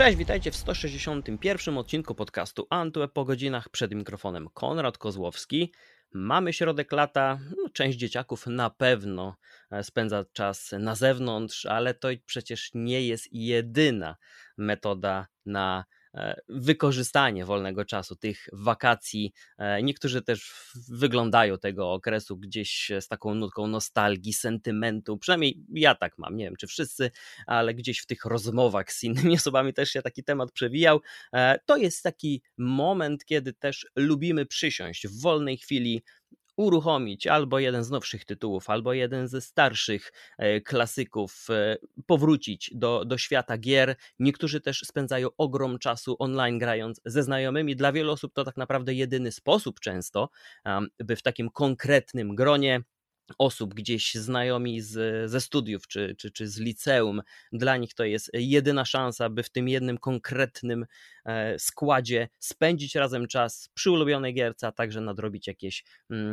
Cześć, witajcie w 161 odcinku podcastu Antweb po godzinach. Przed mikrofonem Konrad Kozłowski. Mamy środek lata, część dzieciaków na pewno spędza czas na zewnątrz, ale to przecież nie jest jedyna metoda na wykorzystanie wolnego czasu, tych wakacji. Niektórzy też wyglądają tego okresu gdzieś z taką nutką nostalgii, sentymentu, przynajmniej ja tak mam, nie wiem czy wszyscy, ale gdzieś w tych rozmowach z innymi osobami też się taki temat przewijał. To jest taki moment, kiedy też lubimy przysiąść w wolnej chwili, uruchomić albo jeden z nowszych tytułów, albo jeden ze starszych klasyków, powrócić do świata gier. Niektórzy też spędzają ogrom czasu online grając ze znajomymi. Dla wielu osób to tak naprawdę jedyny sposób często, by w takim konkretnym gronie osób gdzieś znajomi ze studiów czy z liceum, dla nich to jest jedyna szansa, by w tym jednym konkretnym składzie spędzić razem czas przy ulubionej gierce, a także nadrobić jakieś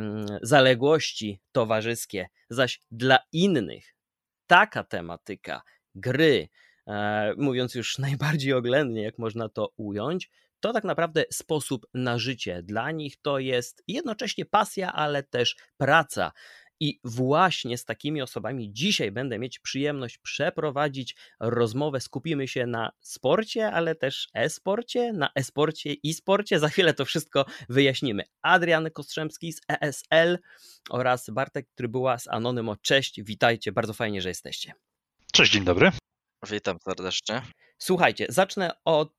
zaległości towarzyskie. Zaś dla innych taka tematyka gry, mówiąc już najbardziej oględnie, jak można to ująć, to tak naprawdę sposób na życie. Dla nich to jest jednocześnie pasja, ale też praca. I właśnie z takimi osobami dzisiaj będę mieć przyjemność przeprowadzić rozmowę. Skupimy się na sporcie, ale też e-sporcie, na e-sporcie i sporcie. Za chwilę to wszystko wyjaśnimy. Adrian Kostrzemski z ESL oraz Bartek Trybuła z Anonymo. Cześć, witajcie, bardzo fajnie, że jesteście. Cześć, dzień dobry. Witam serdecznie. Słuchajcie, zacznę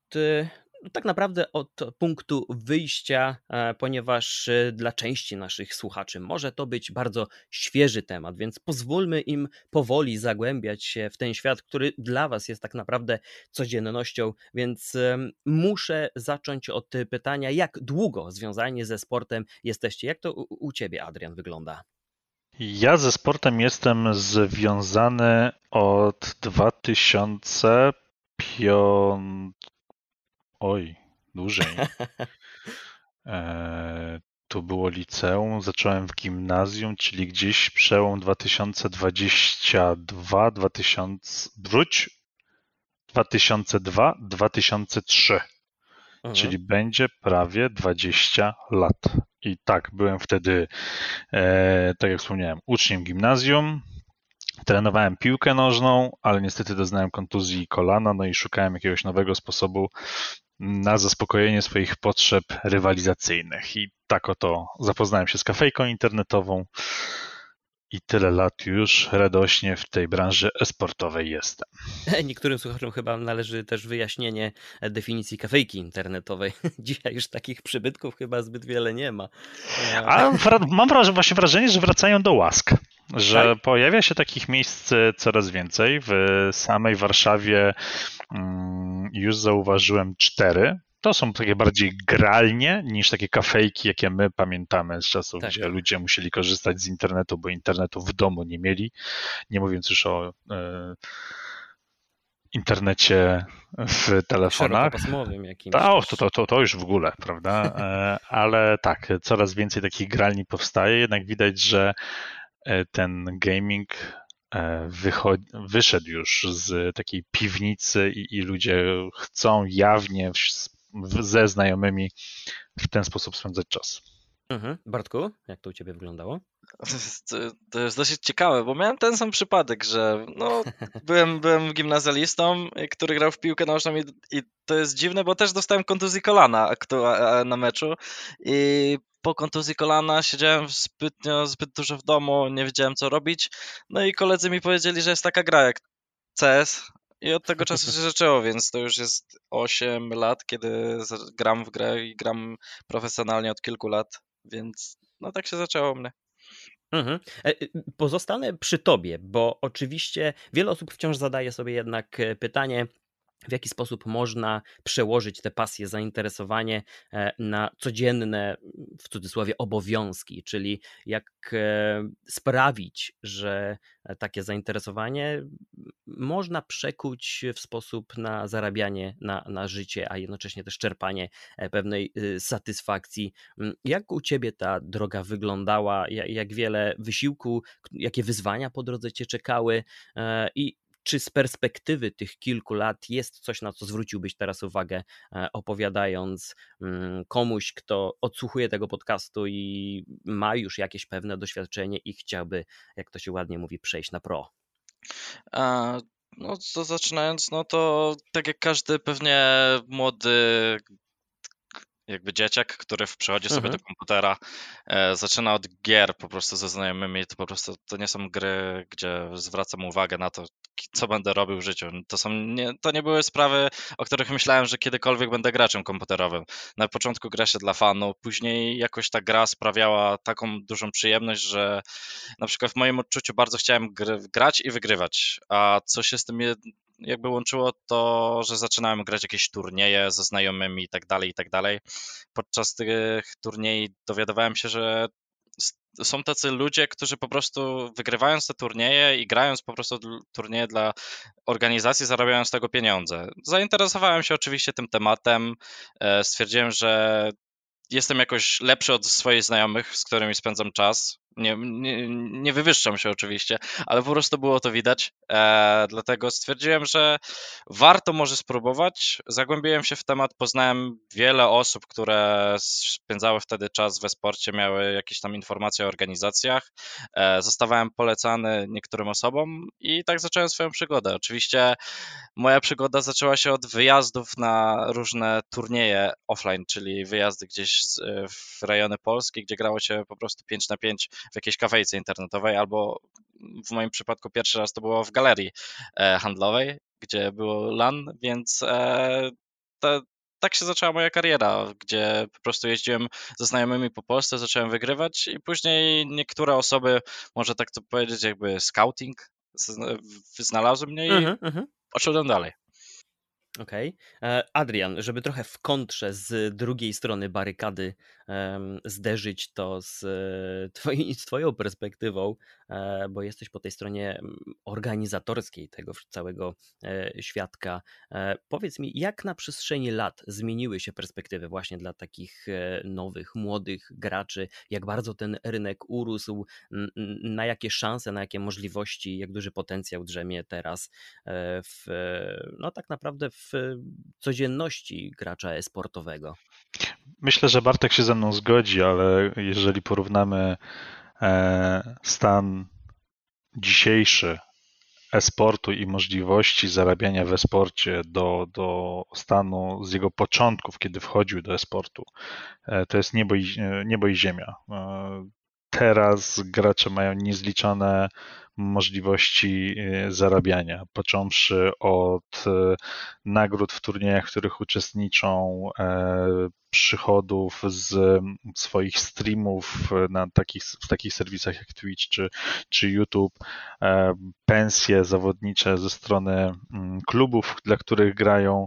tak naprawdę od punktu wyjścia, ponieważ dla części naszych słuchaczy może to być bardzo świeży temat, więc pozwólmy im powoli zagłębiać się w ten świat, który dla was jest tak naprawdę codziennością, więc muszę zacząć od pytania, jak długo związani ze sportem jesteście? Jak to u ciebie, Adrian, wygląda? Ja ze sportem jestem związany od 2005. Oj, dłużej. To było liceum, zacząłem w gimnazjum, czyli gdzieś przełom 2002-2003. Czyli będzie prawie 20 lat. I tak, byłem wtedy, tak jak wspomniałem, uczniem gimnazjum, trenowałem piłkę nożną, ale niestety doznałem kontuzji kolana, no i szukałem jakiegoś nowego sposobu na zaspokojenie swoich potrzeb rywalizacyjnych. I tak oto zapoznałem się z kafejką internetową i tyle lat już radośnie w tej branży e-sportowej jestem. Niektórym słuchaczom chyba należy też wyjaśnienie definicji kafejki internetowej. Dzisiaj już takich przybytków chyba zbyt wiele nie ma. A mam właśnie wrażenie, że wracają do łask, że tak? Pojawia się takich miejsc coraz więcej. W samej Warszawie już zauważyłem 4. To są takie bardziej gralnie niż takie kafejki, jakie my pamiętamy z czasów, gdzie ludzie musieli korzystać z internetu, bo internetu w domu nie mieli. Nie mówiąc już o internecie w telefonach. Szerokopasmowym jakimś. To już w ogóle, prawda? Ale tak, coraz więcej takich gralni powstaje, jednak widać, że ten gaming wyszedł już z takiej piwnicy i ludzie chcą jawnie ze znajomymi w ten sposób spędzać czas. Bartku, jak to u ciebie wyglądało? To jest dosyć ciekawe, bo miałem ten sam przypadek, że byłem gimnazjalistą, który grał w piłkę nożną i to jest dziwne, bo też dostałem kontuzji kolana na meczu i po kontuzji kolana siedziałem zbyt dużo w domu, nie wiedziałem co robić, no i koledzy mi powiedzieli, że jest taka gra jak CS i od tego czasu się zaczęło, więc to już jest 8 lat, kiedy gram w grę i gram profesjonalnie od kilku lat, więc no tak się zaczęło u mnie. Pozostanę przy tobie, bo oczywiście wiele osób wciąż zadaje sobie jednak pytanie, w jaki sposób można przełożyć te pasje, zainteresowanie na codzienne, w cudzysłowie, obowiązki, czyli jak sprawić, że takie zainteresowanie można przekuć w sposób na zarabianie na życie, a jednocześnie też czerpanie pewnej satysfakcji. Jak u ciebie ta droga wyglądała? Jak wiele wysiłku, jakie wyzwania po drodze cię czekały i czy z perspektywy tych kilku lat jest coś, na co zwróciłbyś teraz uwagę, opowiadając komuś, kto odsłuchuje tego podcastu i ma już jakieś pewne doświadczenie i chciałby, jak to się ładnie mówi, przejść na pro? No to zaczynając, no to tak jak każdy pewnie młody jakby dzieciak, który przychodzi sobie do komputera, zaczyna od gier po prostu ze znajomymi, to po prostu to nie są gry, gdzie zwracam uwagę na to, co będę robił w życiu. To nie były sprawy, o których myślałem, że kiedykolwiek będę graczem komputerowym. Na początku gra się dla fanu, później jakoś ta gra sprawiała taką dużą przyjemność, że na przykład w moim odczuciu bardzo chciałem grać i wygrywać, a co się z tym jakby łączyło to, że zaczynałem grać jakieś turnieje ze znajomymi i tak dalej, i tak dalej. Podczas tych turniejów dowiadywałem się, że są tacy ludzie, którzy po prostu wygrywając te turnieje i grając po prostu turnieje dla organizacji, zarabiają z tego pieniądze. Zainteresowałem się oczywiście tym tematem, stwierdziłem, że jestem jakoś lepszy od swoich znajomych, z którymi spędzam czas. Nie wywyższam się oczywiście, ale po prostu było to widać. Dlatego stwierdziłem, że warto może spróbować. Zagłębiłem się w temat, poznałem wiele osób, które spędzały wtedy czas we sporcie, miały jakieś tam informacje o organizacjach. Zostawałem polecany niektórym osobom i tak zacząłem swoją przygodę. Oczywiście moja przygoda zaczęła się od wyjazdów na różne turnieje offline, czyli wyjazdy gdzieś w rejony Polski, gdzie grało się po prostu 5 na 5 w jakiejś kafejce internetowej, albo w moim przypadku pierwszy raz to było w galerii handlowej, gdzie było LAN, więc tak się zaczęła moja kariera, gdzie po prostu jeździłem ze znajomymi po Polsce, zacząłem wygrywać i później niektóre osoby, może tak to powiedzieć, jakby scouting, znalazły mnie i poszedłem dalej. Okej. Adrian, żeby trochę w kontrze z drugiej strony barykady zderzyć to z twoją perspektywą, bo jesteś po tej stronie organizatorskiej tego całego świadka. Powiedz mi, jak na przestrzeni lat zmieniły się perspektywy właśnie dla takich nowych, młodych graczy? Jak bardzo ten rynek urósł? Na jakie szanse, na jakie możliwości, jak duży potencjał drzemie teraz no tak naprawdę w codzienności gracza e-sportowego? Myślę, że Bartek się ze mną zgodzi, ale jeżeli porównamy stan dzisiejszy e-sportu i możliwości zarabiania w e-sporcie do stanu z jego początków, kiedy wchodził do e-sportu, to jest niebo i ziemia. Teraz gracze mają niezliczone możliwości zarabiania, począwszy od nagród w turniejach, w których uczestniczą, przychodów z swoich streamów w takich serwisach jak Twitch czy YouTube, pensje zawodnicze ze strony klubów, dla których grają,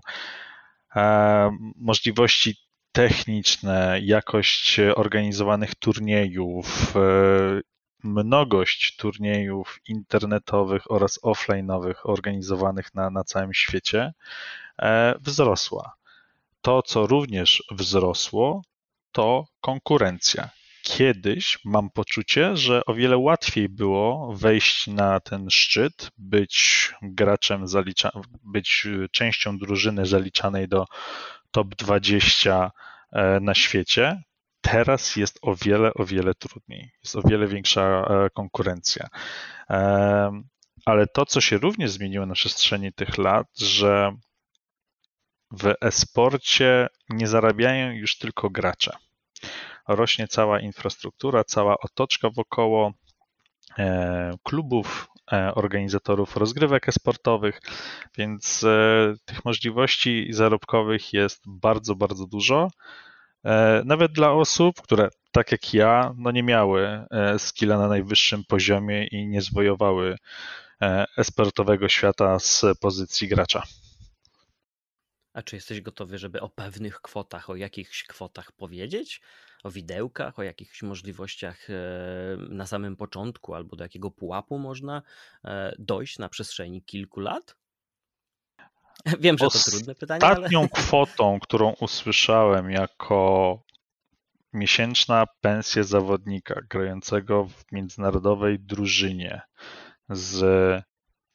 możliwości techniczne, jakość organizowanych turniejów, mnogość turniejów internetowych oraz offline'owych organizowanych na całym świecie wzrosła. To, co również wzrosło, to konkurencja. Kiedyś mam poczucie, że o wiele łatwiej było wejść na ten szczyt, być graczem, być częścią drużyny zaliczanej do top 20 na świecie. Teraz jest o wiele trudniej, jest o wiele większa konkurencja. Ale to, co się również zmieniło na przestrzeni tych lat, że w e-sporcie nie zarabiają już tylko gracze. Rośnie cała infrastruktura, cała otoczka wokoło klubów, organizatorów rozgrywek e-sportowych, więc tych możliwości zarobkowych jest bardzo, bardzo dużo. Nawet dla osób, które tak jak ja, no nie miały skilla na najwyższym poziomie i nie zwojowały e-sportowego świata z pozycji gracza. A czy jesteś gotowy, żeby o pewnych kwotach, o jakichś kwotach powiedzieć? O widełkach, o jakichś możliwościach na samym początku, albo do jakiego pułapu można dojść na przestrzeni kilku lat? Wiem, że to trudne pytanie, ale... Ostatnią kwotą, którą usłyszałem jako miesięczna pensja zawodnika grającego w międzynarodowej drużynie z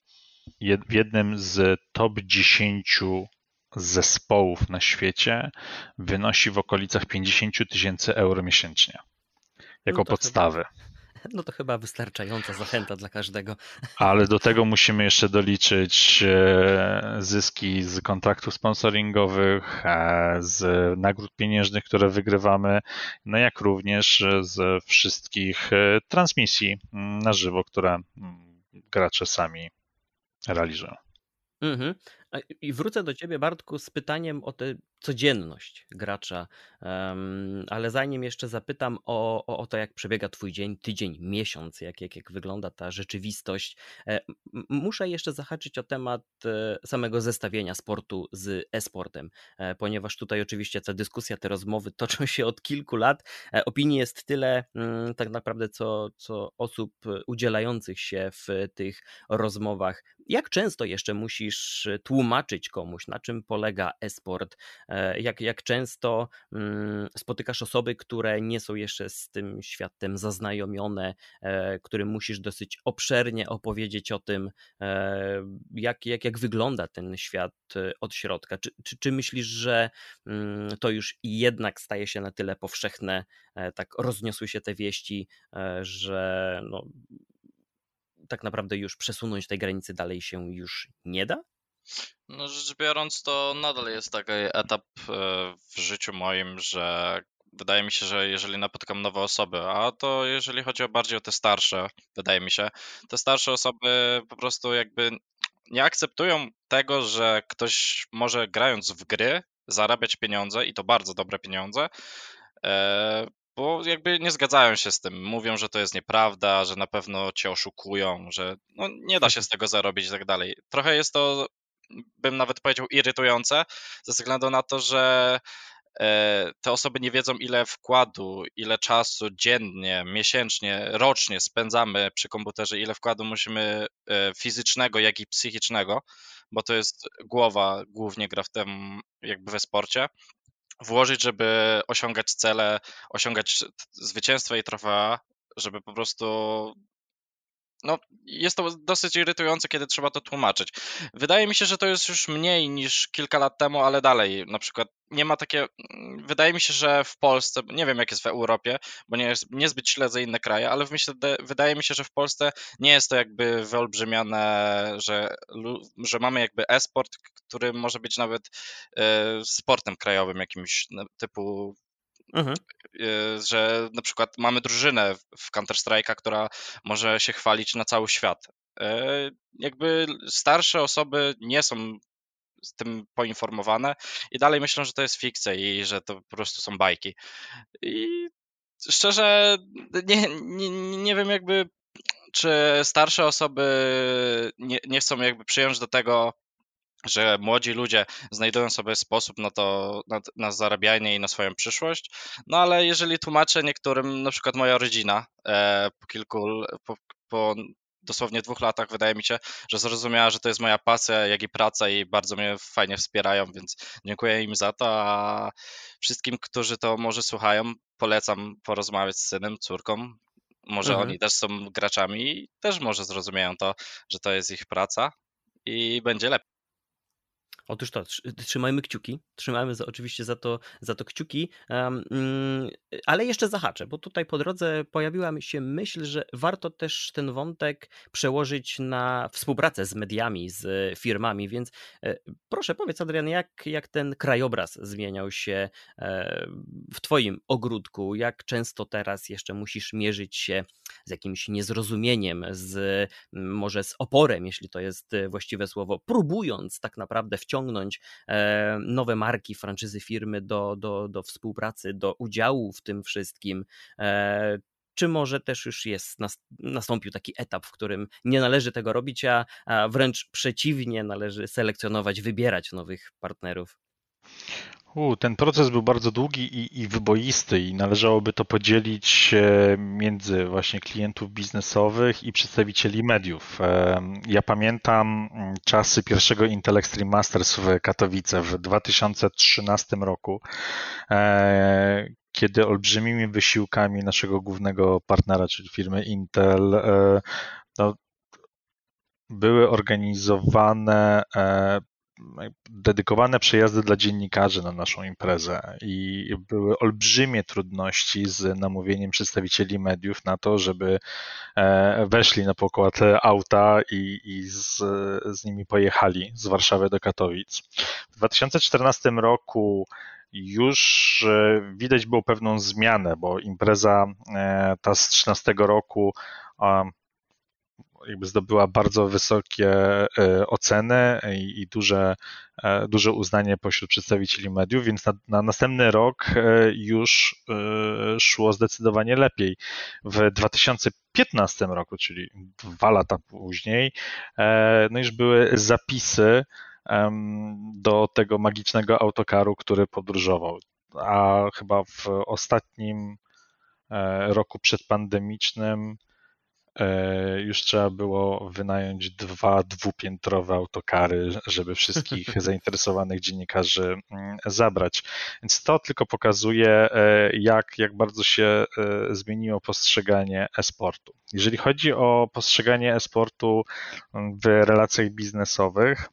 w jednym z top 10 zespołów na świecie wynosi w okolicach 50 000 euro miesięcznie jako podstawę. No to chyba wystarczająca zachęta dla każdego. Ale do tego musimy jeszcze doliczyć zyski z kontraktów sponsoringowych, z nagród pieniężnych, które wygrywamy, no jak również z wszystkich transmisji na żywo, które gracze sami realizują. Mhm. I wrócę do ciebie, Bartku, z pytaniem o tę codzienność gracza, ale zanim jeszcze zapytam o to, jak przebiega twój dzień, tydzień, miesiąc, jak wygląda ta rzeczywistość, muszę jeszcze zahaczyć o temat samego zestawienia sportu z e-sportem, ponieważ tutaj oczywiście ta dyskusja, te rozmowy toczą się od kilku lat. Opinii jest tyle tak naprawdę, co osób udzielających się w tych rozmowach. Jak często jeszcze musisz tłumaczyć komuś, na czym polega e-sport? Jak często spotykasz osoby, które nie są jeszcze z tym światem zaznajomione, którym musisz dosyć obszernie opowiedzieć o tym, jak wygląda ten świat od środka? Czy myślisz, że to już jednak staje się na tyle powszechne, tak rozniosły się te wieści, że no, tak naprawdę już przesunąć tej granicy dalej się już nie da? No rzecz biorąc, to nadal jest taki etap w życiu moim, że wydaje mi się, że jeżeli napotykam nowe osoby, a to jeżeli chodzi bardziej o te starsze, wydaje mi się, te starsze osoby po prostu jakby nie akceptują tego, że ktoś może grając w gry zarabiać pieniądze i to bardzo dobre pieniądze, bo jakby nie zgadzają się z tym. Mówią, że to jest nieprawda, że na pewno cię oszukują, że no nie da się z tego zarobić i tak dalej. Trochę jest to, bym nawet powiedział, irytujące, ze względu na to, że te osoby nie wiedzą, ile wkładu, ile czasu dziennie, miesięcznie, rocznie spędzamy przy komputerze, ile wkładu musimy fizycznego, jak i psychicznego, bo to jest głowa głównie gra w tym jakby we sporcie, włożyć, żeby osiągać cele, osiągać zwycięstwa i trofea, żeby po prostu no, jest to dosyć irytujące, kiedy trzeba to tłumaczyć. Wydaje mi się, że to jest już mniej niż kilka lat temu, ale dalej, na przykład nie ma takie, wydaje mi się, że w Polsce, nie wiem jak jest w Europie, bo niezbyt śledzę inne kraje, ale wydaje mi się, że w Polsce nie jest to jakby wyolbrzymiane, że mamy jakby e-sport, który może być nawet sportem krajowym jakimś typu że na przykład mamy drużynę w Counter-Strike'a, która może się chwalić na cały świat. Jakby starsze osoby nie są z tym poinformowane i dalej myślą, że to jest fikcja i że to po prostu są bajki. I szczerze nie wiem jakby, czy starsze osoby nie chcą jakby przyjąć do tego, że młodzi ludzie znajdują sobie sposób na zarabianie i na swoją przyszłość. No ale jeżeli tłumaczę niektórym, na przykład moja rodzina po dosłownie 2 latach wydaje mi się, że zrozumiała, że to jest moja pasja, jak i praca i bardzo mnie fajnie wspierają, więc dziękuję im za to, a wszystkim, którzy to może słuchają, polecam porozmawiać z synem, córką. Może oni też są graczami i też może zrozumieją to, że to jest ich praca i będzie lepiej. Otóż to, trzymajmy kciuki, trzymajmy oczywiście za to kciuki, ale jeszcze zahaczę, bo tutaj po drodze pojawiła mi się myśl, że warto też ten wątek przełożyć na współpracę z mediami, z firmami, więc proszę powiedz, Adrian, jak ten krajobraz zmieniał się w twoim ogródku, jak często teraz jeszcze musisz mierzyć się z jakimś niezrozumieniem, może z oporem, jeśli to jest właściwe słowo, próbując tak naprawdę wciągnąć nowe marki, franczyzy firmy do współpracy, do udziału w tym wszystkim. Czy może też już nastąpił taki etap, w którym nie należy tego robić, a wręcz przeciwnie, należy selekcjonować, wybierać nowych partnerów? Ten proces był bardzo długi i wyboisty i należałoby to podzielić między właśnie klientów biznesowych i przedstawicieli mediów. Ja pamiętam czasy pierwszego Intel Extreme Masters w Katowice w 2013 roku, kiedy olbrzymimi wysiłkami naszego głównego partnera, czyli firmy Intel, no, były organizowane dedykowane przejazdy dla dziennikarzy na naszą imprezę i były olbrzymie trudności z namówieniem przedstawicieli mediów na to, żeby weszli na pokład auta i z nimi pojechali z Warszawy do Katowic. W 2014 roku już widać było pewną zmianę, bo impreza ta z 2013 roku jakby zdobyła bardzo wysokie oceny i duże uznanie pośród przedstawicieli mediów, więc na następny rok już szło zdecydowanie lepiej. W 2015 roku, czyli 2 lata później, no już były zapisy do tego magicznego autokaru, który podróżował. A chyba w ostatnim roku przedpandemicznym już trzeba było wynająć 2 dwupiętrowe autokary, żeby wszystkich zainteresowanych dziennikarzy zabrać. Więc to tylko pokazuje, jak bardzo się zmieniło postrzeganie e-sportu. Jeżeli chodzi o postrzeganie e-sportu w relacjach biznesowych,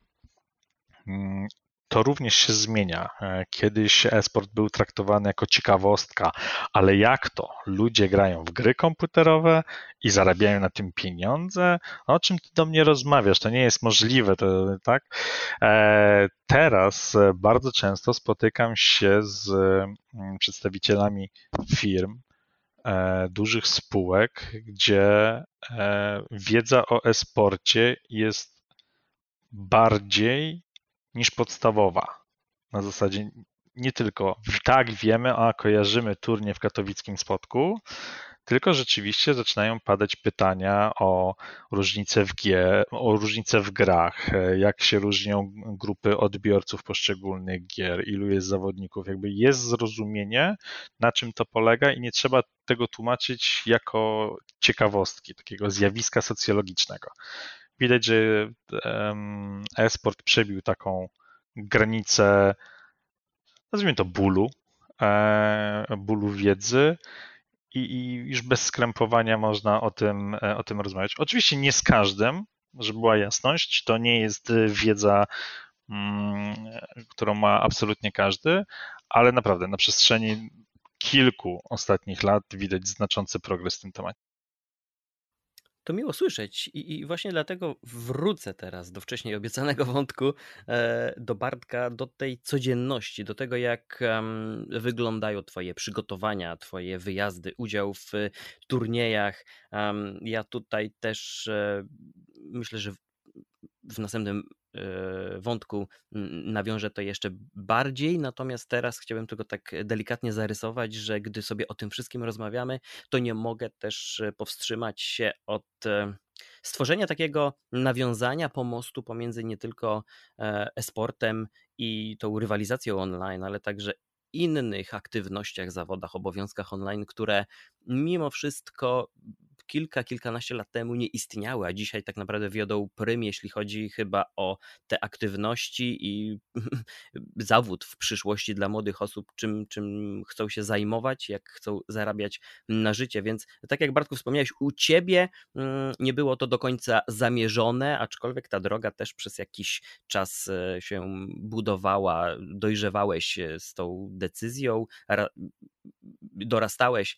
to również się zmienia. Kiedyś e-sport był traktowany jako ciekawostka, ale jak to? Ludzie grają w gry komputerowe i zarabiają na tym pieniądze? O czym ty do mnie rozmawiasz? To nie jest możliwe, tak? Teraz bardzo często spotykam się z przedstawicielami firm, dużych spółek, gdzie wiedza o e-sporcie jest bardziej niż podstawowa. Na zasadzie nie tylko tak wiemy, a kojarzymy turniej w katowickim Spodku, tylko rzeczywiście zaczynają padać pytania o różnice w grach, jak się różnią grupy odbiorców poszczególnych gier, ilu jest zawodników. Jakby jest zrozumienie, na czym to polega i nie trzeba tego tłumaczyć jako ciekawostki, takiego zjawiska socjologicznego. Widać, że e-sport przebił taką granicę, nazwijmy to bólu wiedzy i już bez skrępowania można o tym rozmawiać. Oczywiście nie z każdym, żeby była jasność, to nie jest wiedza, którą ma absolutnie każdy, ale naprawdę na przestrzeni kilku ostatnich lat widać znaczący progres w tym temacie. To miło słyszeć i właśnie dlatego wrócę teraz do wcześniej obiecanego wątku, do Bartka, do tej codzienności, do tego, jak wyglądają twoje przygotowania, twoje wyjazdy, udział w turniejach. Ja tutaj też myślę, że w następnym wątku nawiążę to jeszcze bardziej, natomiast teraz chciałbym tylko tak delikatnie zarysować, że gdy sobie o tym wszystkim rozmawiamy, to nie mogę też powstrzymać się od stworzenia takiego nawiązania pomostu pomiędzy nie tylko e-sportem i tą rywalizacją online, ale także innych aktywnościach, zawodach, obowiązkach online, które mimo wszystko kilkanaście lat temu nie istniały, a dzisiaj tak naprawdę wiodą prym, jeśli chodzi chyba o te aktywności i zawód w przyszłości dla młodych osób, czym chcą się zajmować, jak chcą zarabiać na życie. Więc tak jak Bartku wspomniałeś, u ciebie nie było to do końca zamierzone, aczkolwiek ta droga też przez jakiś czas się budowała, dojrzewałeś z tą decyzją, dorastałeś,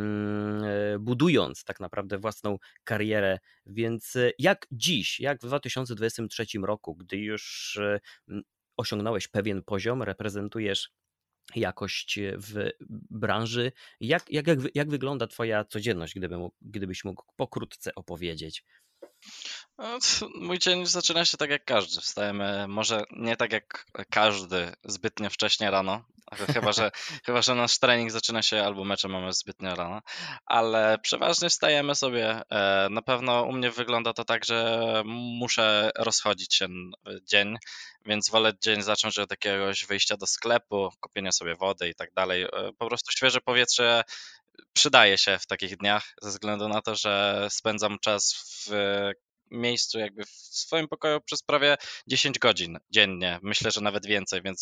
budując tak naprawdę własną karierę. Więc jak dziś, jak w 2023 roku, gdy już osiągnąłeś pewien poziom, reprezentujesz jakość w branży, jak wygląda twoja codzienność, gdybyś mógł pokrótce opowiedzieć? No, mój dzień zaczyna się tak jak każdy. Wstajemy może nie tak jak każdy zbytnio wcześnie rano, chyba, że nasz trening zaczyna się albo mecze mamy zbytnio rano, ale przeważnie wstajemy sobie. Na pewno u mnie wygląda to tak, że muszę rozchodzić się dzień, więc wolę dzień zacząć od jakiegoś wyjścia do sklepu, kupienia sobie wody i tak dalej. Po prostu świeże powietrze przydaje się w takich dniach, ze względu na to, że spędzam czas w miejscu, jakby w swoim pokoju przez prawie 10 godzin dziennie. Myślę, że nawet więcej, więc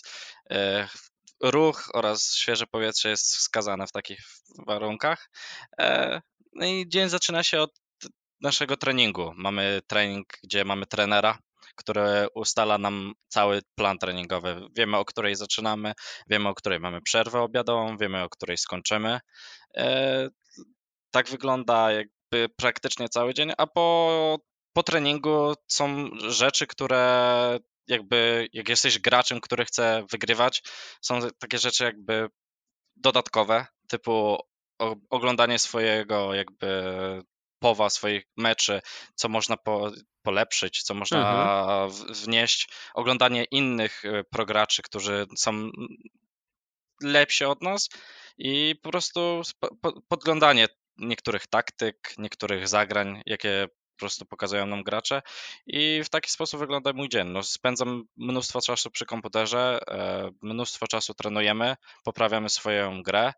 ruch oraz świeże powietrze jest wskazane w takich warunkach. No i dzień zaczyna się od naszego treningu. Mamy trening, gdzie mamy trenera, który ustala nam cały plan treningowy. Wiemy, o której zaczynamy, wiemy, o której mamy przerwę obiadową, wiemy, o której skończymy. Tak wygląda jakby praktycznie cały dzień, a po treningu są rzeczy, które jakby jak jesteś graczem, który chce wygrywać, są takie rzeczy jakby dodatkowe, typu oglądanie swojego jakby swoich meczy, co można polepszyć, co można wnieść, oglądanie innych prograczy, którzy są lepsi od nas i po prostu podglądanie niektórych taktyk, niektórych zagrań, jakie po prostu pokazują nam gracze i w taki sposób wygląda mój dzień. No, spędzam mnóstwo czasu przy komputerze, mnóstwo czasu trenujemy, poprawiamy swoją grę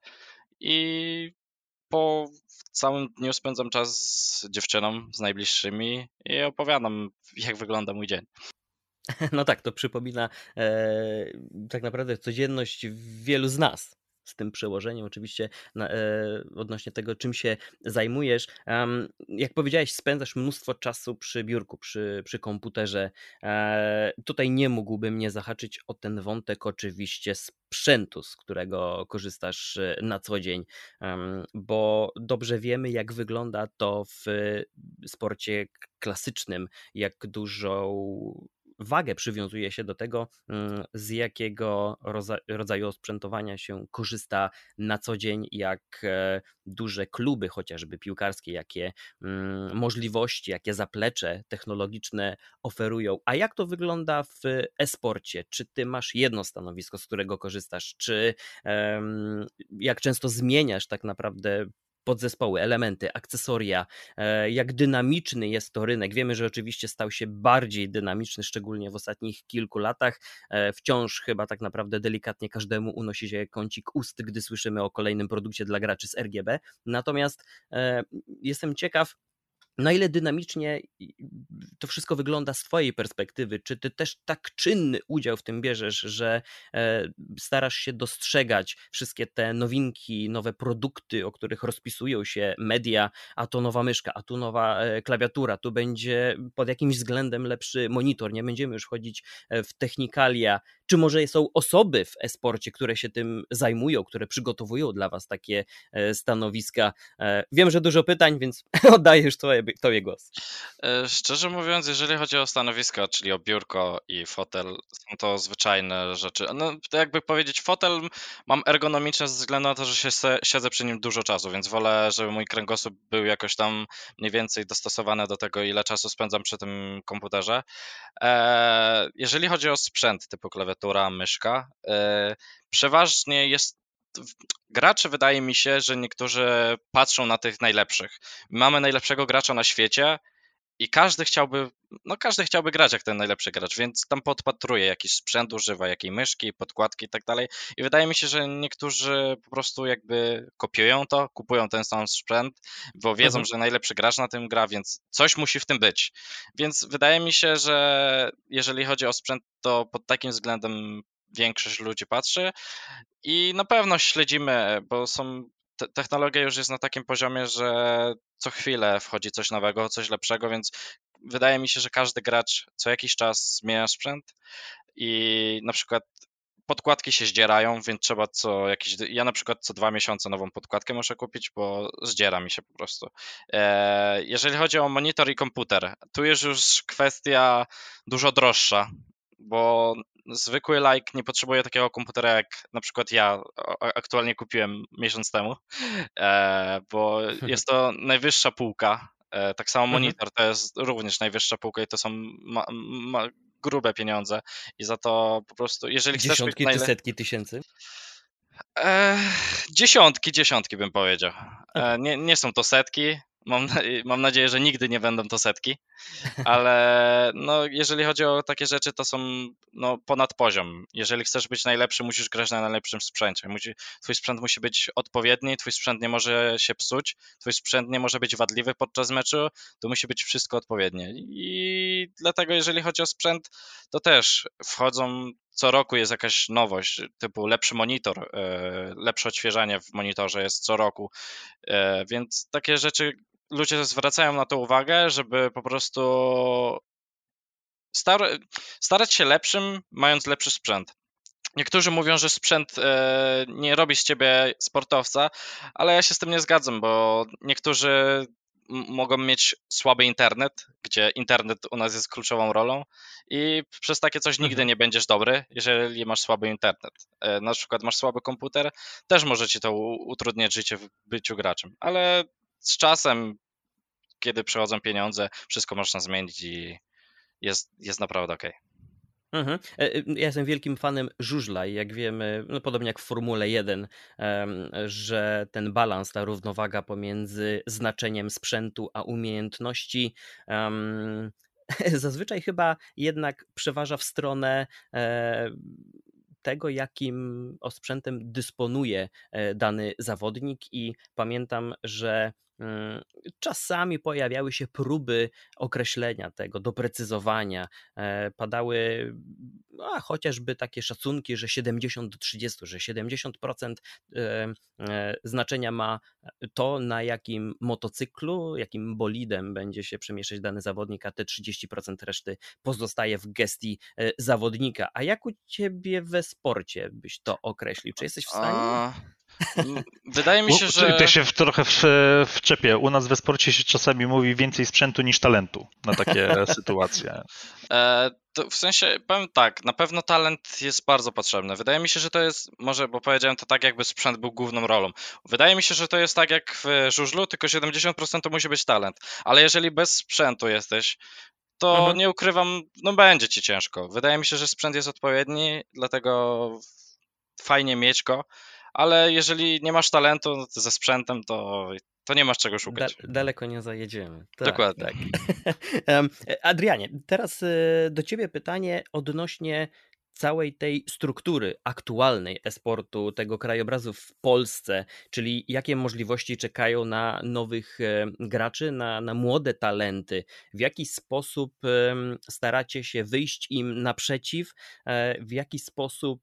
i po całym dniu spędzam czas z dziewczyną, z najbliższymi i opowiadam, jak wygląda mój dzień. No tak, to przypomina tak naprawdę codzienność wielu z nas. Z tym przełożeniem oczywiście odnośnie tego, czym się zajmujesz. Jak powiedziałeś, spędzasz mnóstwo czasu przy biurku, przy komputerze. Tutaj nie mógłbym nie zahaczyć o ten wątek oczywiście sprzętu, z którego korzystasz na co dzień, bo dobrze wiemy, jak wygląda to w sporcie klasycznym, jak dużą wagę przywiązuje się do tego, z jakiego rodzaju osprzętowania się korzysta na co dzień, jak duże kluby chociażby piłkarskie, jakie możliwości, jakie zaplecze technologiczne oferują. A jak to wygląda w e-sporcie? Czy ty masz jedno stanowisko, z którego korzystasz? Czy jak często zmieniasz tak naprawdę podzespoły, elementy, akcesoria, jak dynamiczny jest to rynek. Wiemy, że oczywiście stał się bardziej dynamiczny, szczególnie w ostatnich kilku latach. Wciąż chyba tak naprawdę delikatnie każdemu unosi się kącik ust, gdy słyszymy o kolejnym produkcie dla graczy z RGB. Natomiast jestem ciekaw, na ile dynamicznie to wszystko wygląda z twojej perspektywy? Czy ty też tak czynny udział w tym bierzesz, że starasz się dostrzegać wszystkie te nowinki, nowe produkty, o których rozpisują się media, a to nowa myszka, a tu nowa klawiatura, tu będzie pod jakimś względem lepszy monitor, nie będziemy już wchodzić w technikalia. Czy może są osoby w e-sporcie, które się tym zajmują, które przygotowują dla was takie stanowiska? Wiem, że dużo pytań, więc oddaję już tobie głos. Szczerze mówiąc, jeżeli chodzi o stanowisko, czyli o biurko i fotel, są to zwyczajne rzeczy. No, to jakby powiedzieć, fotel mam ergonomiczny ze względu na to, że siedzę przy nim dużo czasu, więc wolę, żeby mój kręgosłup był jakoś tam mniej więcej dostosowany do tego, ile czasu spędzam przy tym komputerze. Jeżeli chodzi o sprzęt typu klawiatura, myszka, przeważnie jest gracze, wydaje mi się, że niektórzy patrzą na tych najlepszych. Mamy najlepszego gracza na świecie i każdy chciałby grać jak ten najlepszy gracz, więc tam podpatruje jakiś sprzęt, używa jakiej myszki, podkładki i tak dalej. I wydaje mi się, że niektórzy po prostu jakby kopiują to, kupują ten sam sprzęt, bo wiedzą, że najlepszy gracz na tym gra, więc coś musi w tym być. Więc wydaje mi się, że jeżeli chodzi o sprzęt, to pod takim względem większość ludzi patrzy i na pewno śledzimy, bo technologia już jest na takim poziomie, że co chwilę wchodzi coś nowego, coś lepszego, więc wydaje mi się, że każdy gracz co jakiś czas zmienia sprzęt i na przykład podkładki się zdzierają, więc trzeba ja na przykład co 2 miesiące nową podkładkę muszę kupić, bo zdziera mi się po prostu. Jeżeli chodzi o monitor i komputer, tu jest już kwestia dużo droższa, bo zwykły laik nie potrzebuje takiego komputera, jak na przykład ja aktualnie kupiłem miesiąc temu, bo jest to najwyższa półka. Tak samo monitor to jest również najwyższa półka i to są grube pieniądze i za to po prostu, jeżeli chcesz Dziesiątki czy setki tysięcy? Dziesiątki bym powiedział. Nie są to setki. Mam nadzieję, że nigdy nie będą to setki, ale no, jeżeli chodzi o takie rzeczy, to są ponad poziom. Jeżeli chcesz być najlepszy, musisz grać na najlepszym sprzęcie. Twój sprzęt musi być odpowiedni, twój sprzęt nie może się psuć, twój sprzęt nie może być wadliwy podczas meczu, to musi być wszystko odpowiednie. I dlatego jeżeli chodzi o sprzęt, to też wchodzą, co roku jest jakaś nowość, typu lepszy monitor, lepsze odświeżanie w monitorze jest co roku, więc takie rzeczy ludzie zwracają na to uwagę, żeby po prostu starać się lepszym, mając lepszy sprzęt. Niektórzy mówią, że sprzęt nie robi z ciebie sportowca, ale ja się z tym nie zgadzam, bo niektórzy mogą mieć słaby internet, gdzie internet u nas jest kluczową rolą i przez takie coś nigdy nie będziesz dobry, jeżeli masz słaby internet. Na przykład masz słaby komputer, też może ci to utrudniać życie w byciu graczem, ale z czasem, kiedy przychodzą pieniądze, wszystko można zmienić i jest naprawdę okej. Ja jestem wielkim fanem żużla i jak wiemy, no podobnie jak w Formule 1, że ten balans, ta równowaga pomiędzy znaczeniem sprzętu a umiejętności zazwyczaj chyba jednak przeważa w stronę tego, jakim osprzętem dysponuje dany zawodnik i pamiętam, że czasami pojawiały się próby określenia tego, doprecyzowania. Padały chociażby takie szacunki, że 70 do 30, że 70% znaczenia ma to, na jakim motocyklu, jakim bolidem będzie się przemieszczać dany zawodnik, a te 30% reszty pozostaje w gestii zawodnika. A jak u ciebie we sporcie byś to określił? Czy jesteś w stanie? Wydaje mi się, że... Ja się trochę wczepię. U nas we sporcie się czasami mówi więcej sprzętu niż talentu na takie sytuacje. To w sensie, powiem tak, na pewno talent jest bardzo potrzebny. Wydaje mi się, że to jest, może, bo powiedziałem to tak, jakby sprzęt był główną rolą. Wydaje mi się, że to jest tak jak w żużlu, tylko 70% to musi być talent. Ale jeżeli bez sprzętu jesteś, to nie ukrywam, no będzie ci ciężko. Wydaje mi się, że sprzęt jest odpowiedni, dlatego fajnie mieć go, ale jeżeli nie masz talentu ze sprzętem, to nie masz czego szukać. Daleko nie zajedziemy. Tak, Dokładnie. tak. Adrianie, teraz do ciebie pytanie odnośnie całej tej struktury aktualnej e-sportu, tego krajobrazu w Polsce, czyli jakie możliwości czekają na nowych graczy, na młode talenty, w jaki sposób staracie się wyjść im naprzeciw, w jaki sposób,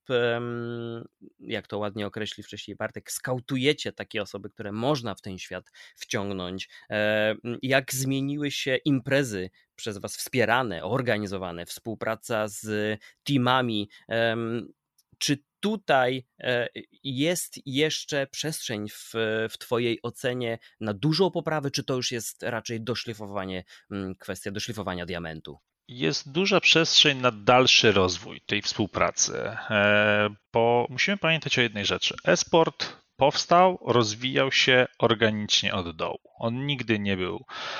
jak to ładnie określił wcześniej Bartek, skautujecie takie osoby, które można w ten świat wciągnąć, jak zmieniły się imprezy przez was wspierane, organizowane, współpraca z teamami. Czy tutaj jest jeszcze przestrzeń w twojej ocenie na dużą poprawę, czy to już jest raczej doszlifowanie, kwestia doszlifowania diamentu? Jest duża przestrzeń na dalszy rozwój tej współpracy, bo musimy pamiętać o jednej rzeczy. E-sport powstał, rozwijał się organicznie od dołu. On nigdy nie był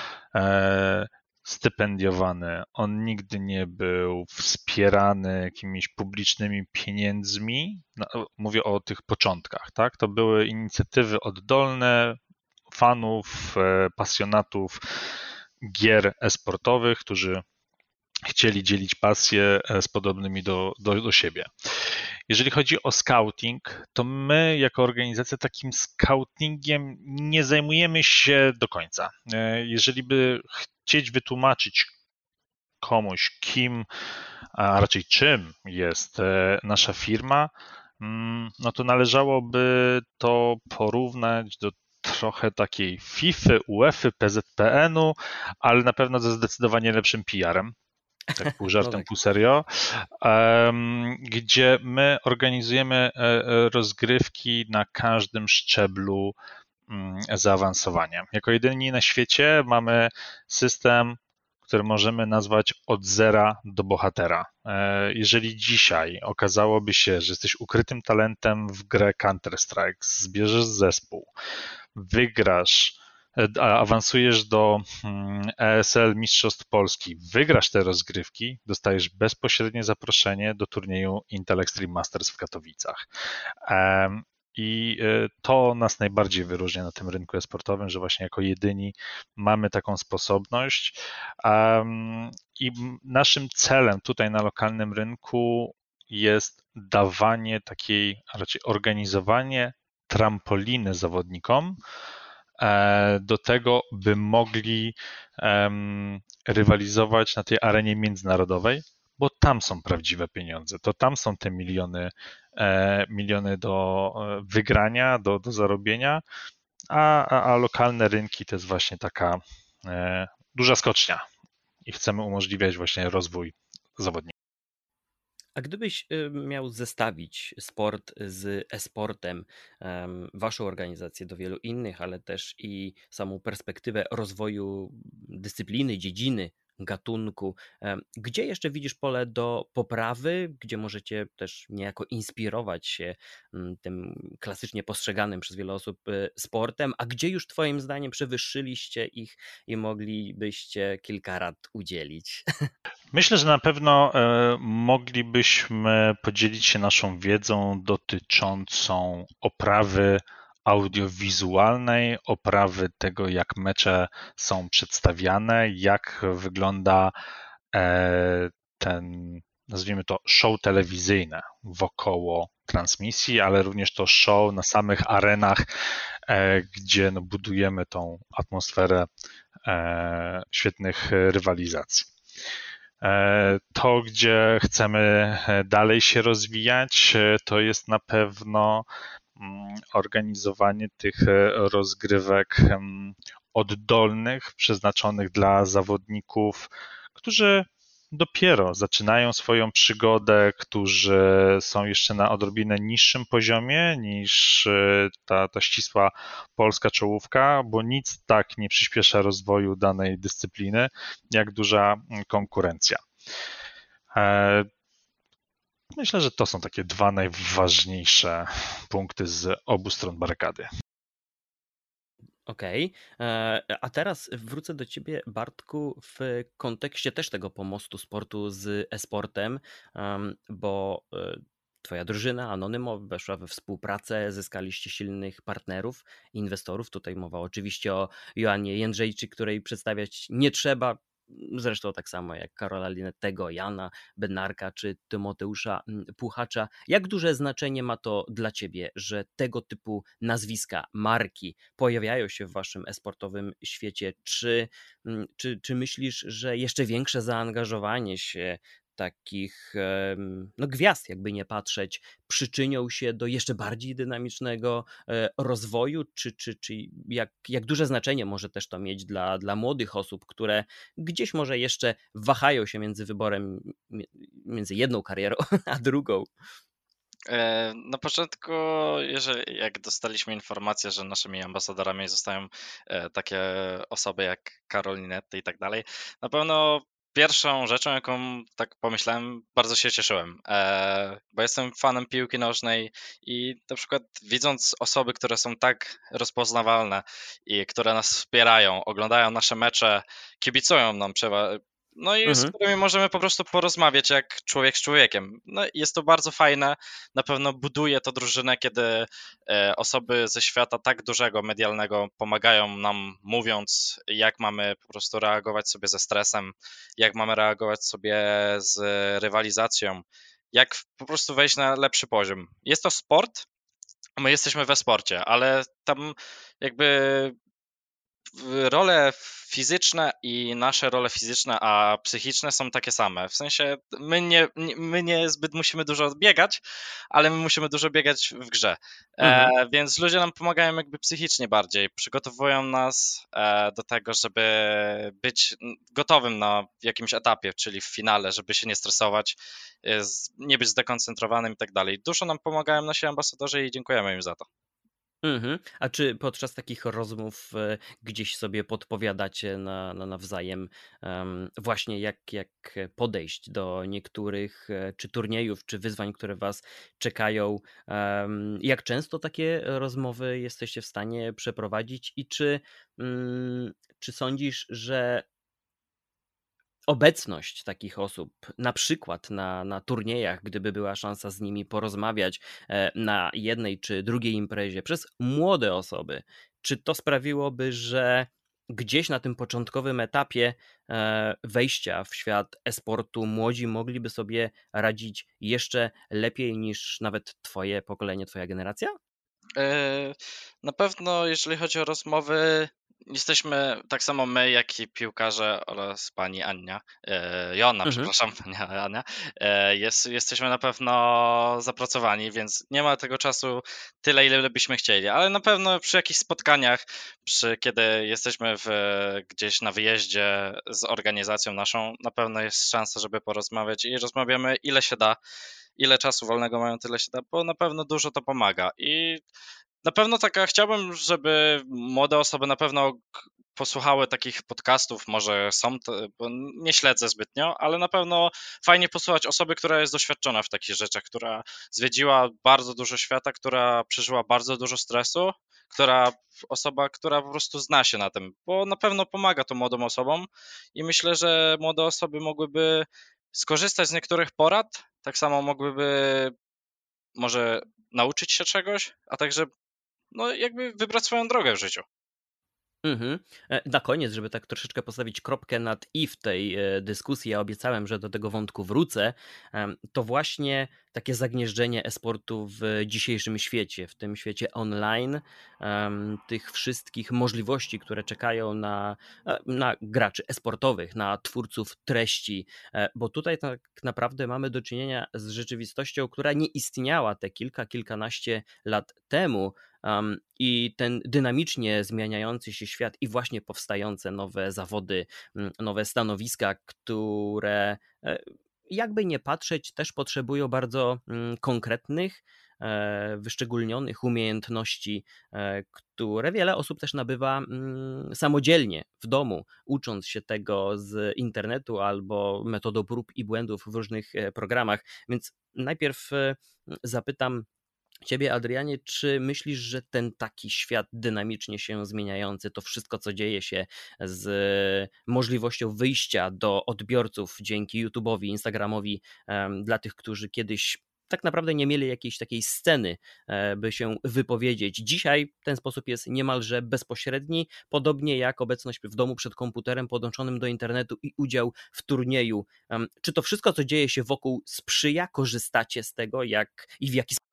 stypendiowany, on nigdy nie był wspierany jakimiś publicznymi pieniędzmi. Mówię o tych początkach, tak? To były inicjatywy oddolne fanów, pasjonatów gier e-sportowych, którzy chcieli dzielić pasję z podobnymi do siebie. Jeżeli chodzi o scouting, to my jako organizacja takim scoutingiem nie zajmujemy się do końca. Jeżeli by chcieć wytłumaczyć komuś, kim, a raczej czym jest nasza firma, no to należałoby to porównać do trochę takiej FIFA, UEFA, PZPN-u, ale na pewno ze zdecydowanie lepszym PR-em. Tak pół żartem, pół serio, gdzie my organizujemy rozgrywki na każdym szczeblu zaawansowania. Jako jedyni na świecie mamy system, który możemy nazwać od zera do bohatera. Jeżeli dzisiaj okazałoby się, że jesteś ukrytym talentem w grę Counter-Strike, zbierzesz zespół, wygrasz, awansujesz do ESL Mistrzostw Polski, wygrasz te rozgrywki, dostajesz bezpośrednie zaproszenie do turnieju Intel Extreme Masters w Katowicach. I to nas najbardziej wyróżnia na tym rynku e-sportowym, że właśnie jako jedyni mamy taką sposobność. I naszym celem tutaj na lokalnym rynku jest dawanie takiej, a raczej organizowanie trampoliny zawodnikom do tego, by mogli rywalizować na tej arenie międzynarodowej, bo tam są prawdziwe pieniądze, to tam są te miliony do wygrania, do zarobienia a lokalne rynki to jest właśnie taka duża skocznia i chcemy umożliwiać właśnie rozwój zawodników. A gdybyś miał zestawić sport z e-sportem, waszą organizację do wielu innych, ale też i samą perspektywę rozwoju dyscypliny, dziedziny, gatunku, gdzie jeszcze widzisz pole do poprawy, gdzie możecie też niejako inspirować się tym klasycznie postrzeganym przez wiele osób sportem, a gdzie już twoim zdaniem przewyższyliście ich i moglibyście kilka rad udzielić? Myślę, że na pewno moglibyśmy podzielić się naszą wiedzą dotyczącą oprawy audiowizualnej, oprawy tego, jak mecze są przedstawiane, jak wygląda ten, nazwijmy to, show telewizyjne wokoło transmisji, ale również to show na samych arenach, gdzie no, budujemy tą atmosferę świetnych rywalizacji. To, gdzie chcemy dalej się rozwijać, to jest na pewno organizowanie tych rozgrywek oddolnych, przeznaczonych dla zawodników, którzy dopiero zaczynają swoją przygodę, którzy są jeszcze na odrobinę niższym poziomie niż ta ścisła polska czołówka, bo nic tak nie przyspiesza rozwoju danej dyscypliny, jak duża konkurencja. Myślę, że to są takie dwa najważniejsze punkty z obu stron barykady. Okej, a teraz wrócę do ciebie, Bartku, w kontekście też tego pomostu sportu z e-sportem, bo twoja drużyna Anonymo weszła we współpracę, zyskaliście silnych partnerów, inwestorów. Tutaj mowa oczywiście o Joannie Jędrzejczyk, której przedstawiać nie trzeba. Zresztą tak samo jak Karola Linettego, Jana Bednarka czy Tymoteusza Puchacza. Jak duże znaczenie ma to dla ciebie, że tego typu nazwiska, marki pojawiają się w waszym e-sportowym świecie? Czy myślisz, że jeszcze większe zaangażowanie się takich no, gwiazd, jakby nie patrzeć, przyczynią się do jeszcze bardziej dynamicznego rozwoju? Czy jak duże znaczenie może też to mieć dla młodych osób, które gdzieś może jeszcze wahają się między wyborem, między jedną karierą a drugą? Na początku, jak dostaliśmy informację, że naszymi ambasadorami zostają takie osoby jak Karol Linetty i tak dalej, na pewno pierwszą rzeczą, jaką tak pomyślałem, bardzo się cieszyłem, bo jestem fanem piłki nożnej i na przykład widząc osoby, które są tak rozpoznawalne i które nas wspierają, oglądają nasze mecze, kibicują nam, no i z którymi możemy po prostu porozmawiać jak człowiek z człowiekiem. No jest to bardzo fajne, na pewno buduje to drużynę, kiedy osoby ze świata tak dużego, medialnego pomagają nam, mówiąc, jak mamy po prostu reagować sobie ze stresem, jak mamy reagować sobie z rywalizacją, jak po prostu wejść na lepszy poziom. Jest to sport, my jesteśmy we sporcie, ale tam jakby role fizyczne i nasze role fizyczne, a psychiczne są takie same. W sensie my nie zbyt musimy dużo biegać, ale my musimy dużo biegać w grze. Więc ludzie nam pomagają jakby psychicznie bardziej, przygotowują nas do tego, żeby być gotowym na jakimś etapie, czyli w finale, żeby się nie stresować, nie być zdekoncentrowanym i tak dalej. Dużo nam pomagają nasi ambasadorzy i dziękujemy im za to. A czy podczas takich rozmów gdzieś sobie podpowiadacie nawzajem właśnie jak podejść do niektórych czy turniejów, czy wyzwań, które was czekają? Jak często takie rozmowy jesteście w stanie przeprowadzić i czy sądzisz, że obecność takich osób, na przykład na turniejach, gdyby była szansa z nimi porozmawiać na jednej czy drugiej imprezie przez młode osoby, czy to sprawiłoby, że gdzieś na tym początkowym etapie wejścia w świat e-sportu młodzi mogliby sobie radzić jeszcze lepiej niż nawet twoje pokolenie, twoja generacja? Na pewno, jeżeli chodzi o rozmowy, jesteśmy, tak samo my, jak i piłkarze oraz pani Ania, Joanna, przepraszam, pani Ania, jesteśmy na pewno zapracowani, więc nie ma tego czasu tyle, ile byśmy chcieli, ale na pewno przy jakichś spotkaniach, kiedy jesteśmy gdzieś na wyjeździe z organizacją naszą, na pewno jest szansa, żeby porozmawiać i rozmawiamy ile się da, ile czasu wolnego mają, tyle się da, bo na pewno dużo to pomaga i na pewno chciałbym, żeby młode osoby na pewno posłuchały takich podcastów, może są, bo nie śledzę zbytnio, ale na pewno fajnie posłuchać osoby, która jest doświadczona w takich rzeczach, która zwiedziła bardzo dużo świata, która przeżyła bardzo dużo stresu, osoba, która po prostu zna się na tym, bo na pewno pomaga to młodym osobom i myślę, że młode osoby mogłyby skorzystać z niektórych porad, tak samo mogłyby może nauczyć się czegoś, a także no jakby wybrać swoją drogę w życiu. Na koniec, żeby tak troszeczkę postawić kropkę nad i w tej dyskusji, ja obiecałem, że do tego wątku wrócę, to właśnie takie zagnieżdżenie e-sportu w dzisiejszym świecie, w tym świecie online, tych wszystkich możliwości, które czekają na graczy e-sportowych, na twórców treści, bo tutaj tak naprawdę mamy do czynienia z rzeczywistością, która nie istniała te kilkanaście lat temu, i ten dynamicznie zmieniający się świat i właśnie powstające nowe zawody, nowe stanowiska, które jakby nie patrzeć, też potrzebują bardzo konkretnych, wyszczególnionych umiejętności, które wiele osób też nabywa samodzielnie w domu, ucząc się tego z internetu albo metodą prób i błędów w różnych programach. Więc najpierw zapytam Ciebie, Adrianie, czy myślisz, że ten taki świat dynamicznie się zmieniający, to wszystko, co dzieje się z możliwością wyjścia do odbiorców dzięki YouTube'owi, Instagramowi, dla tych, którzy kiedyś tak naprawdę nie mieli jakiejś takiej sceny, by się wypowiedzieć. Dzisiaj ten sposób jest niemalże bezpośredni, podobnie jak obecność w domu przed komputerem podłączonym do internetu i udział w turnieju. Czy to wszystko, co dzieje się wokół, sprzyja? Korzystacie z tego? I w jaki sposób?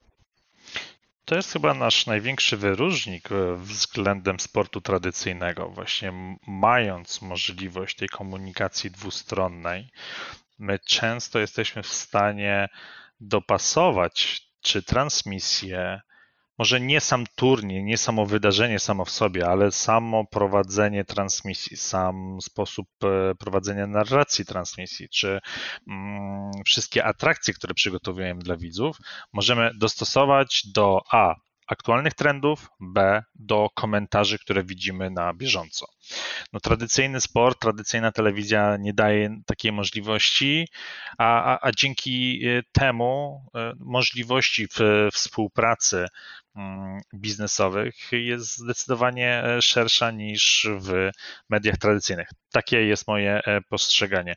To jest chyba nasz największy wyróżnik względem sportu tradycyjnego. Właśnie mając możliwość tej komunikacji dwustronnej, my często jesteśmy w stanie dopasować czy transmisję, może nie sam turniej, nie samo wydarzenie samo w sobie, ale samo prowadzenie transmisji, sam sposób prowadzenia narracji transmisji, czy wszystkie atrakcje, które przygotowujemy dla widzów, możemy dostosować do aktualnych trendów, B, do komentarzy, które widzimy na bieżąco. No, tradycyjny sport, tradycyjna telewizja nie daje takiej możliwości, a dzięki temu możliwości współpracy biznesowych jest zdecydowanie szersza niż w mediach tradycyjnych. Takie jest moje postrzeganie.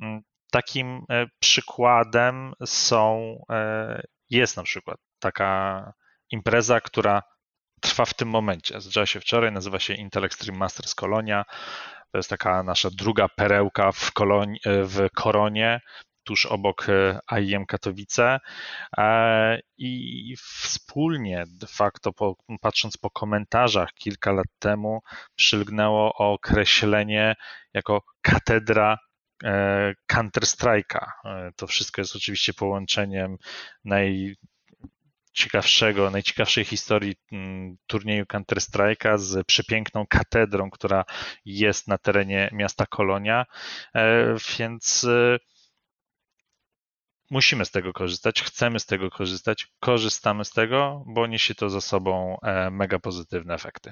Takim przykładem jest na przykład taka impreza, która trwa w tym momencie. Zaczęła się wczoraj, nazywa się Intel Extreme Masters Kolonia. To jest taka nasza druga perełka w Koronie, tuż obok IEM Katowice i wspólnie de facto patrząc po komentarzach kilka lat temu przylgnęło określenie jako katedra Counter-Strike'a. To wszystko jest oczywiście połączeniem najciekawszej historii turnieju Counter-Strike'a z przepiękną katedrą, która jest na terenie miasta Kolonia, więc musimy z tego korzystać, chcemy z tego korzystać, korzystamy z tego, bo niesie to za sobą mega pozytywne efekty.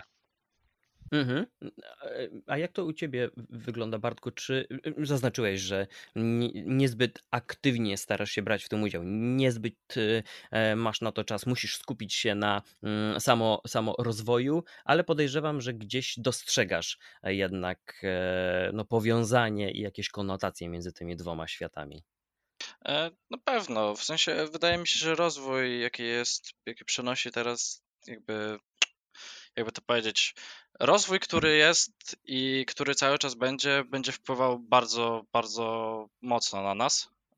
A jak to u Ciebie wygląda, Bartku? Czy zaznaczyłeś, że niezbyt aktywnie starasz się brać w tym udział, niezbyt masz na to czas, musisz skupić się na samo rozwoju, ale podejrzewam, że gdzieś dostrzegasz jednak powiązanie i jakieś konotacje między tymi dwoma światami. Na pewno, w sensie wydaje mi się, że rozwój jaki przynosi teraz jakby to powiedzieć, rozwój, który jest i który cały czas będzie wpływał bardzo, bardzo mocno na nas.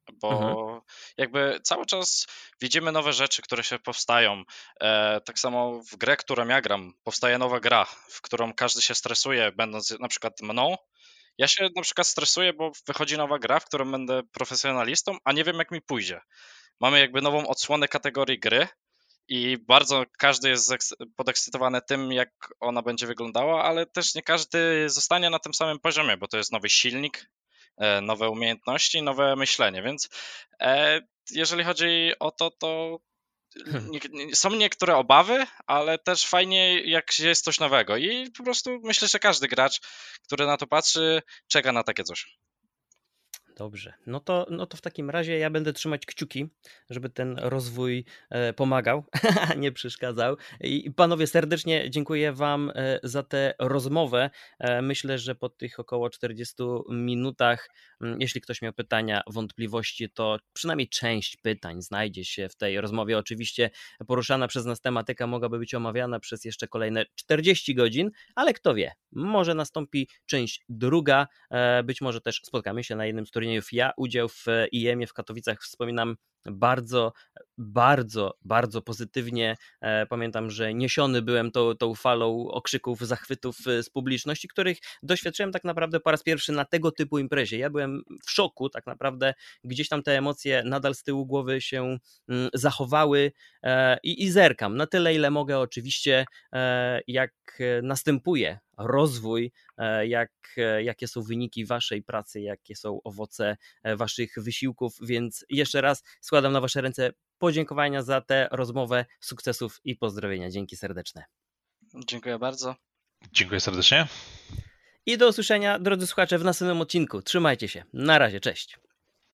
bo jakby cały czas widzimy nowe rzeczy, które się powstają. Tak samo w grę, którą ja gram, powstaje nowa gra, w którą każdy się stresuje, będąc na przykład mną. Ja się na przykład stresuję, bo wychodzi nowa gra, w którą będę profesjonalistą, a nie wiem jak mi pójdzie. Mamy jakby nową odsłonę kategorii gry i bardzo każdy jest podekscytowany tym, jak ona będzie wyglądała, ale też nie każdy zostanie na tym samym poziomie, bo to jest nowy silnik, nowe umiejętności, nowe myślenie, więc jeżeli chodzi o to, to są niektóre obawy, ale też fajnie, jak jest coś nowego i po prostu myślę, że każdy gracz, który na to patrzy, czeka na takie coś. Dobrze, no to w takim razie ja będę trzymać kciuki, żeby ten rozwój pomagał, a nie przeszkadzał. I panowie, serdecznie dziękuję wam za tę rozmowę. Myślę, że po tych około 40 minutach, jeśli ktoś miał pytania, wątpliwości, to przynajmniej część pytań znajdzie się w tej rozmowie. Oczywiście poruszana przez nas tematyka mogłaby być omawiana przez jeszcze kolejne 40 godzin, ale kto wie, może nastąpi część druga, być może też spotkamy się na jednym z turniejów. Ja udział w IEM-ie w Katowicach wspominam bardzo, bardzo pozytywnie. Pamiętam, że niesiony byłem tą falą okrzyków, zachwytów z publiczności, których doświadczyłem tak naprawdę po raz pierwszy na tego typu imprezie. Ja byłem w szoku tak naprawdę, gdzieś tam te emocje nadal z tyłu głowy się zachowały i zerkam na tyle, ile mogę oczywiście, jak następuje rozwój, jakie są wyniki waszej pracy, jakie są owoce waszych wysiłków, więc jeszcze raz składam na wasze ręce podziękowania za tę rozmowę, sukcesów i pozdrowienia. Dzięki serdeczne. Dziękuję bardzo. Dziękuję serdecznie. I do usłyszenia, drodzy słuchacze, w następnym odcinku. Trzymajcie się. Na razie, cześć.